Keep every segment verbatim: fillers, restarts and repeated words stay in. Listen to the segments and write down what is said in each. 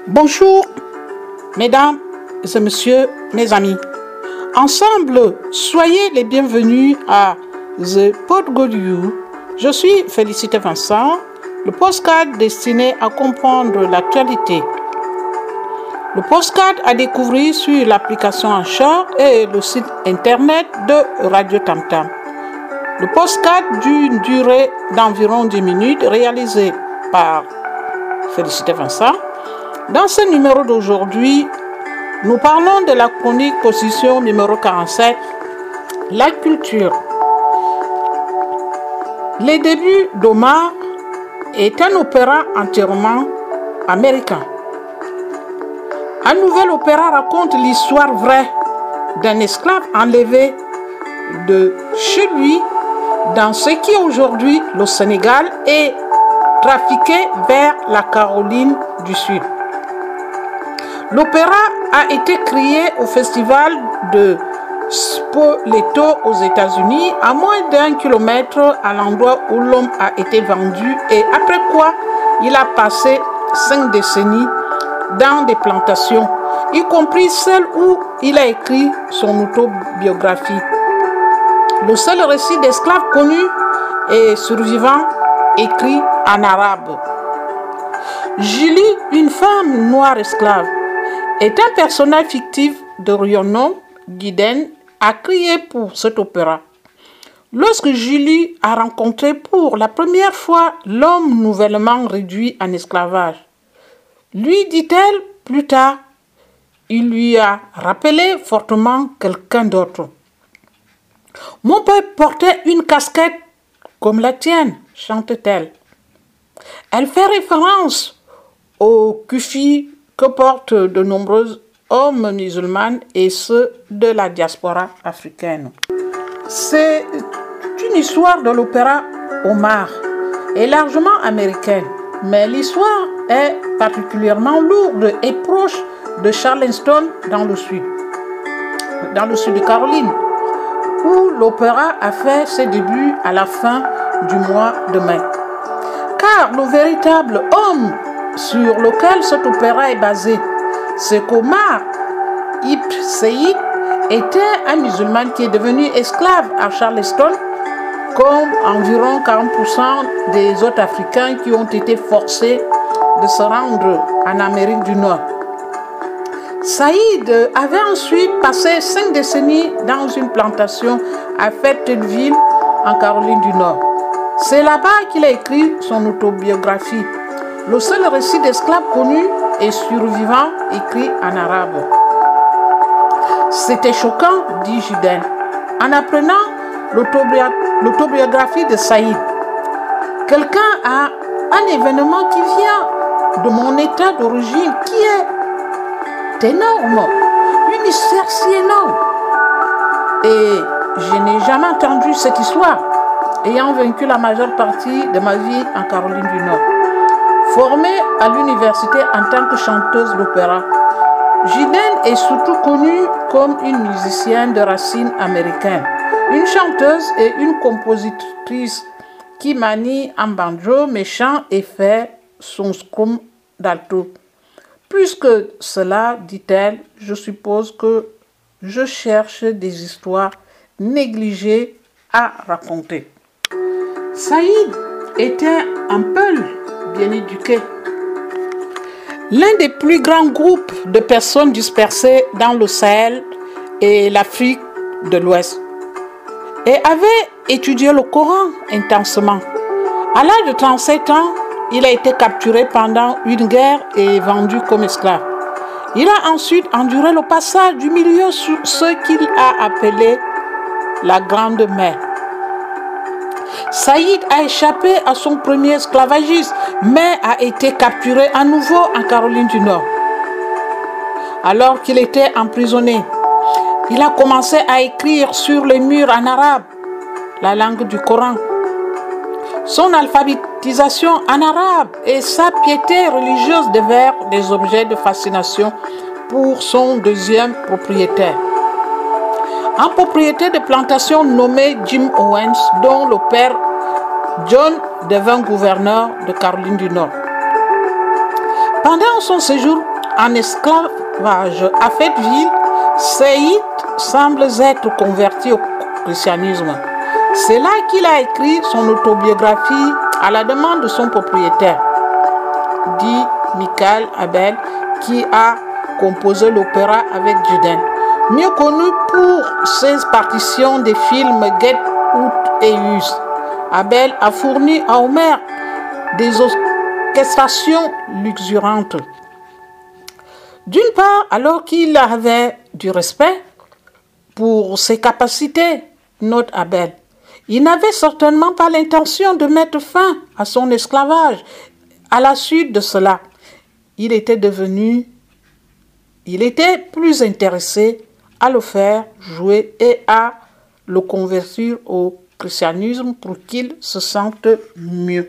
Bonjour, mesdames et messieurs, mes amis. Ensemble, soyez les bienvenus à The Pod Good You. Je suis Félicité Vincent, le postcard destiné à comprendre l'actualité. Le postcard à découvrir sur l'application Anchor et le site internet de Radio Tam Tam. Le postcard d'une durée d'environ dix minutes réalisé par Félicité Vincent. Dans ce numéro d'aujourd'hui, nous parlons de la chronique position numéro quarante-sept, la culture. Les débuts d'Omar est un opéra entièrement américain. Un nouvel opéra raconte l'histoire vraie d'un esclave enlevé de chez lui dans ce qui est aujourd'hui le Sénégal et trafiqué vers la Caroline du Sud. L'opéra a été créé au festival de Spoleto aux États-Unis, à moins d'un kilomètre à l'endroit où l'homme a été vendu et après quoi il a passé cinq décennies dans des plantations, y compris celle où il a écrit son autobiographie. Le seul récit d'esclaves connu et survivant écrit en arabe. Julie, une femme noire esclave, est un personnage fictif de Riono Guiden, a crié pour cet opéra. Lorsque Julie a rencontré pour la première fois l'homme nouvellement réduit en esclavage, lui dit-elle plus tard, il lui a rappelé fortement quelqu'un d'autre. Mon père portait une casquette comme la tienne, chante-t-elle. Elle fait référence au kufi que portent de nombreux hommes musulmans et ceux de la diaspora africaine. C'est une histoire de l'opéra Omar et largement américaine, mais l'histoire est particulièrement lourde et proche de Charleston dans le sud, dans le sud de Caroline, où l'opéra a fait ses débuts à la fin du mois de mai. Car le véritable homme sur lequel cet opéra est basé, c'est qu'Omar Ibn Said était un musulman qui est devenu esclave à Charleston, comme environ quarante pour cent des autres Africains qui ont été forcés de se rendre en Amérique du Nord. Saïd avait ensuite passé cinq décennies dans une plantation à Fayetteville, en Caroline du Nord. C'est là-bas qu'il a écrit son autobiographie, le seul récit d'esclaves connu et survivant écrit en arabe. C'était choquant, dit Juden, en apprenant l'autobiographie de Saïd. Quelqu'un a un événement qui vient de mon état d'origine qui est énorme, une histoire si énorme. Et je n'ai jamais entendu cette histoire, ayant vécu la majeure partie de ma vie en Caroline du Nord. Formée à l'université en tant que chanteuse d'opéra, Juden est surtout connue comme une musicienne de racines américaines, une chanteuse et une compositrice qui manie un banjo, mais chante et fait son scrum d'alto. Plus que cela, dit-elle, je suppose que je cherche des histoires négligées à raconter. Saïd était un Peul bien éduqué. L'un des plus grands groupes de personnes dispersées dans le Sahel et l'Afrique de l'Ouest, et avait étudié le Coran intensement. À l'âge de trente-sept ans, il a été capturé pendant une guerre et vendu comme esclave. Il a ensuite enduré le passage du milieu sous ce qu'il a appelé la Grande Mer. Saïd a échappé à son premier esclavagisme, mais a été capturé à nouveau en Caroline du Nord. Alors qu'il était emprisonné, il a commencé à écrire sur les murs en arabe, la langue du Coran. Son alphabétisation en arabe et sa piété religieuse devinrent des objets de fascination pour son deuxième propriétaire. Un propriétaire de plantation nommé Jim Owens, dont le père John devint gouverneur de Caroline du Nord. Pendant son séjour en esclavage à Fayetteville, Saïd semble être converti au christianisme. C'est là qu'il a écrit son autobiographie à la demande de son propriétaire, dit Michael Abel, qui a composé l'opéra avec Duden. Mieux connu pour ses partitions des films Get Out et Us, Abel a fourni à Homer des orchestrations luxuriantes. D'une part, alors qu'il avait du respect pour ses capacités, note Abel, il n'avait certainement pas l'intention de mettre fin à son esclavage. À la suite de cela, il était devenu, il était plus intéressé à le faire jouer et à le convertir au christianisme pour qu'il se sente mieux.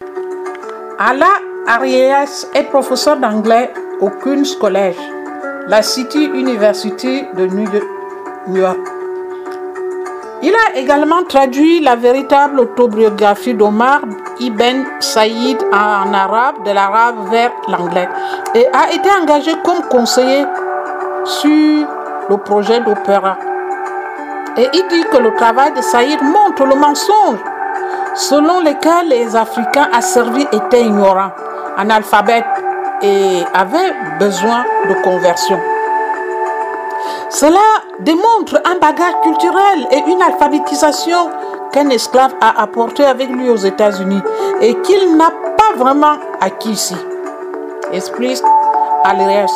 Ala Arias est professeur d'anglais au Queen's College, la City University de New York. Il a également traduit la véritable autobiographie d'Omar Ibn Saïd en arabe, de l'arabe vers l'anglais, et a été engagé comme conseiller sur le projet d'opéra. Et il dit que le travail de Saïd montre le mensonge selon lequel les Africains asservis étaient ignorants, analphabètes et avaient besoin de conversion. Cela démontre un bagage culturel et une alphabétisation qu'un esclave a apporté avec lui aux États-Unis et qu'il n'a pas vraiment acquis ici, explique Arias.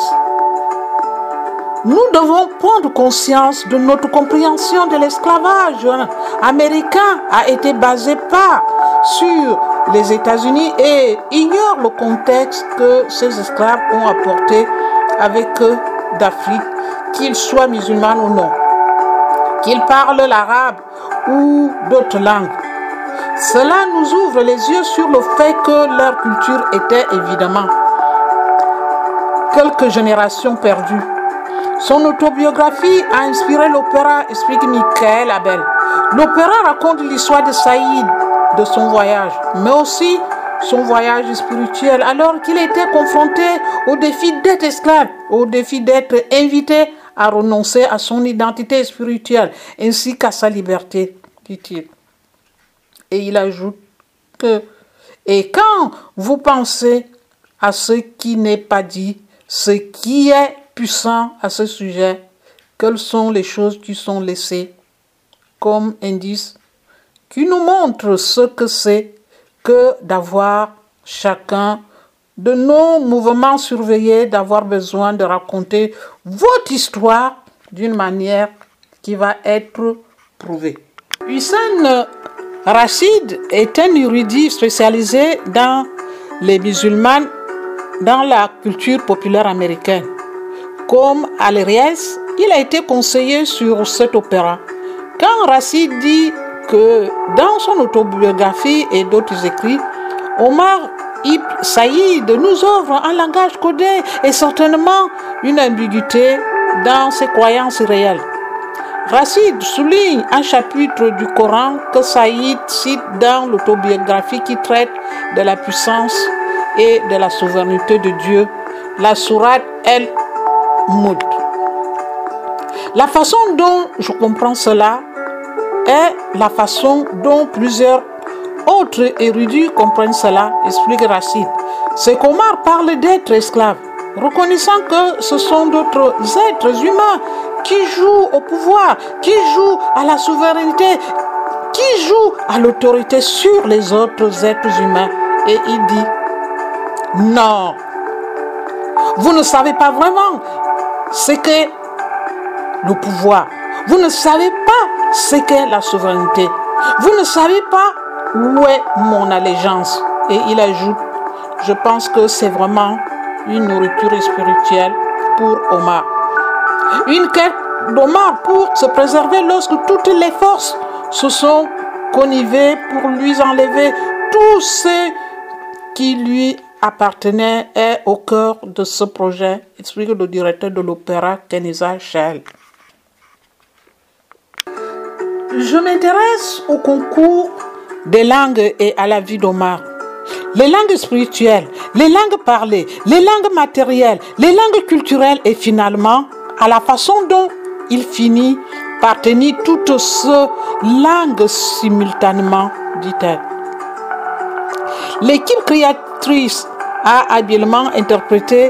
Nous devons prendre conscience de notre compréhension de l'esclavage américain a été basée pas sur les États-Unis et ignore le contexte que ces esclaves ont apporté avec eux d'Afrique, qu'ils soient musulmans ou non, qu'ils parlent l'arabe ou d'autres langues. Cela nous ouvre les yeux sur le fait que leur culture était évidemment quelques générations perdues. Son autobiographie a inspiré l'opéra, explique Michael Abel. L'opéra raconte l'histoire de Saïd, de son voyage, mais aussi son voyage spirituel, alors qu'il était confronté au défi d'être esclave, au défi d'être invité à renoncer à son identité spirituelle, ainsi qu'à sa liberté, dit-il. Et il ajoute que, et quand vous pensez à ce qui n'est pas dit, ce qui est puissant à ce sujet, quelles sont les choses qui sont laissées comme indice qui nous montrent ce que c'est que d'avoir chacun de nos mouvements surveillés, d'avoir besoin de raconter votre histoire d'une manière qui va être prouvée. Hussein Rashid est un érudit spécialisé dans les musulmans, dans la culture populaire américaine. Comme Arias, il a été conseiller sur cet opéra. Quand Rashid dit que dans son autobiographie et d'autres écrits, Omar Ibn Saïd nous offre un langage codé et certainement une ambiguïté dans ses croyances réelles. Rashid souligne un chapitre du Coran que Saïd cite dans l'autobiographie qui traite de la puissance et de la souveraineté de Dieu, la sourate El-Mulk. La façon dont je comprends cela est la façon dont plusieurs autres érudits comprennent cela, explique Rashid. C'est qu'Omar parle d'être esclave, reconnaissant que ce sont d'autres êtres humains qui jouent au pouvoir, qui jouent à la souveraineté, qui jouent à l'autorité sur les autres êtres humains. Et il dit, non, vous ne savez pas vraiment ce qu'est le pouvoir. Vous ne savez pas ce qu'est la souveraineté. Vous ne savez pas où est mon allégeance. Et il ajoute, je pense que c'est vraiment une nourriture spirituelle pour Omar. Une quête d'Omar pour se préserver lorsque toutes les forces se sont connivées pour lui enlever tout ce qui lui appartenait est au cœur de ce projet, explique le directeur de l'opéra Kenesa Shell. Je m'intéresse au concours des langues et à la vie d'Omar. les langues spirituelles, les langues parlées, les langues matérielles, les langues culturelles et finalement à la façon dont il finit par tenir toutes ces langues simultanément, dit-elle. L'équipe créatrice a habilement interprété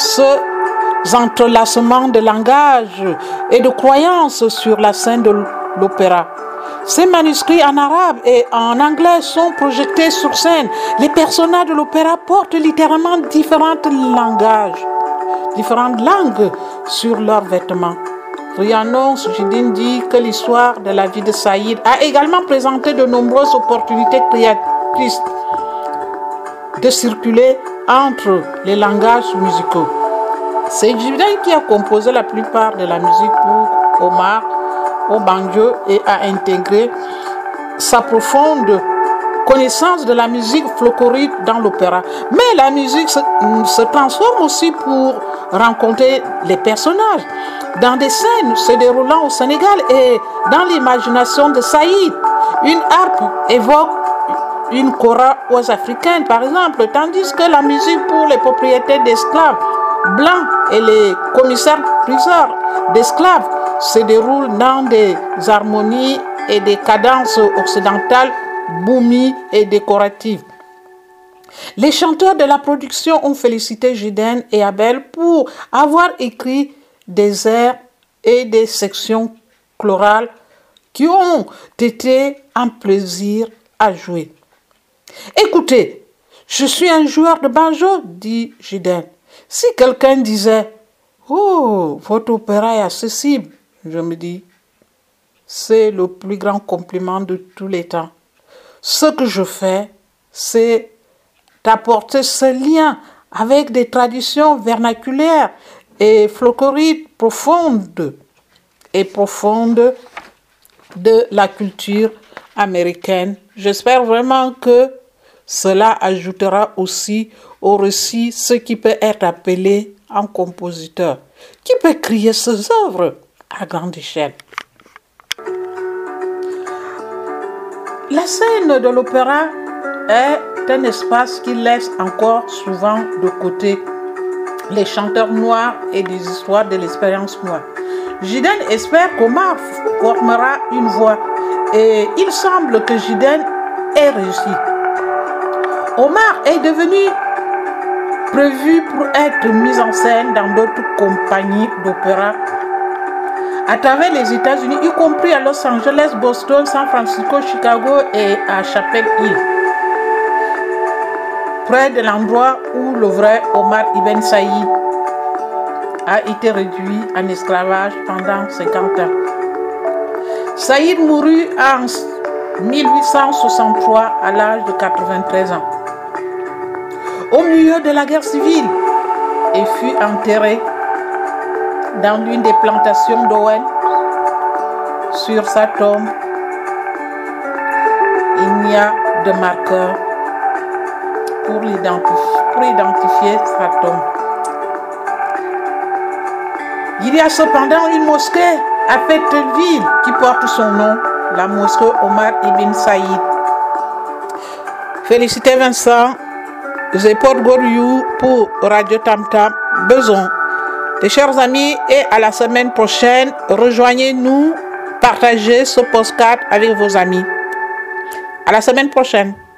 ces entrelacements de langage et de croyances sur la scène de l'opéra. Ces manuscrits en arabe et en anglais sont projetés sur scène. Les personnages de l'opéra portent littéralement différents langages, différentes langues sur leurs vêtements. Rhiannon Soujidine dit que l'histoire de la vie de Saïd a également présenté de nombreuses opportunités créatrices de circuler entre les langages musicaux. C'est Jibden qui a composé la plupart de la musique pour Omar au banjo et a intégré sa profonde connaissance de la musique folklorique dans l'opéra. Mais la musique se, se transforme aussi pour rencontrer les personnages dans des scènes se déroulant au Sénégal et dans l'imagination de Saïd. Une harpe évoque une kora ouest-africaine, par exemple, tandis que la musique pour les propriétaires d'esclaves blancs et les commissaires-priseurs d'esclaves se déroule dans des harmonies et des cadences occidentales, boumi et décoratives. Les chanteurs de la production ont félicité Jiden et Abel pour avoir écrit des airs et des sections chorales qui ont été un plaisir à jouer. Écoutez, je suis un joueur de banjo, dit Jiden. Si quelqu'un disait, oh, votre opéra est accessible, je me dis, c'est le plus grand compliment de tous les temps. Ce que je fais, c'est d'apporter ce lien avec des traditions vernaculaires et folkloriques profondes et profondes de la culture américaine. J'espère vraiment que cela ajoutera aussi au récit ce qui peut être appelé un compositeur, qui peut créer ses œuvres à grande échelle. La scène de l'opéra est un espace qui laisse encore souvent de côté les chanteurs noirs et des histoires de l'expérience noire. Jiden espère qu'Omar formera une voix et il semble que Jiden ait réussi. Omar est devenu prévu pour être mis en scène dans d'autres compagnies d'opéra à travers les États-Unis, y compris à Los Angeles, Boston, San Francisco, Chicago et à Chapel Hill, près de l'endroit où le vrai Omar Ibn Saïd a été réduit en esclavage pendant cinquante ans. Saïd mourut en mille huit cent soixante-trois à l'âge de quatre-vingt-treize ans, au milieu de la guerre civile, et fut enterré dans l'une des plantations d'Owen. Sur sa tombe, il n'y a de marqueur pour, l'identifier, pour identifier sa tombe. Il y a cependant une mosquée à Fayetteville qui porte son nom, la mosquée Omar Ibn Saïd. Félicitez Vincent, Zepot Goriou pour Radio Tam Tam, Beson. Mes chers amis, et à la semaine prochaine, rejoignez-nous, partagez ce podcast avec vos amis. À la semaine prochaine.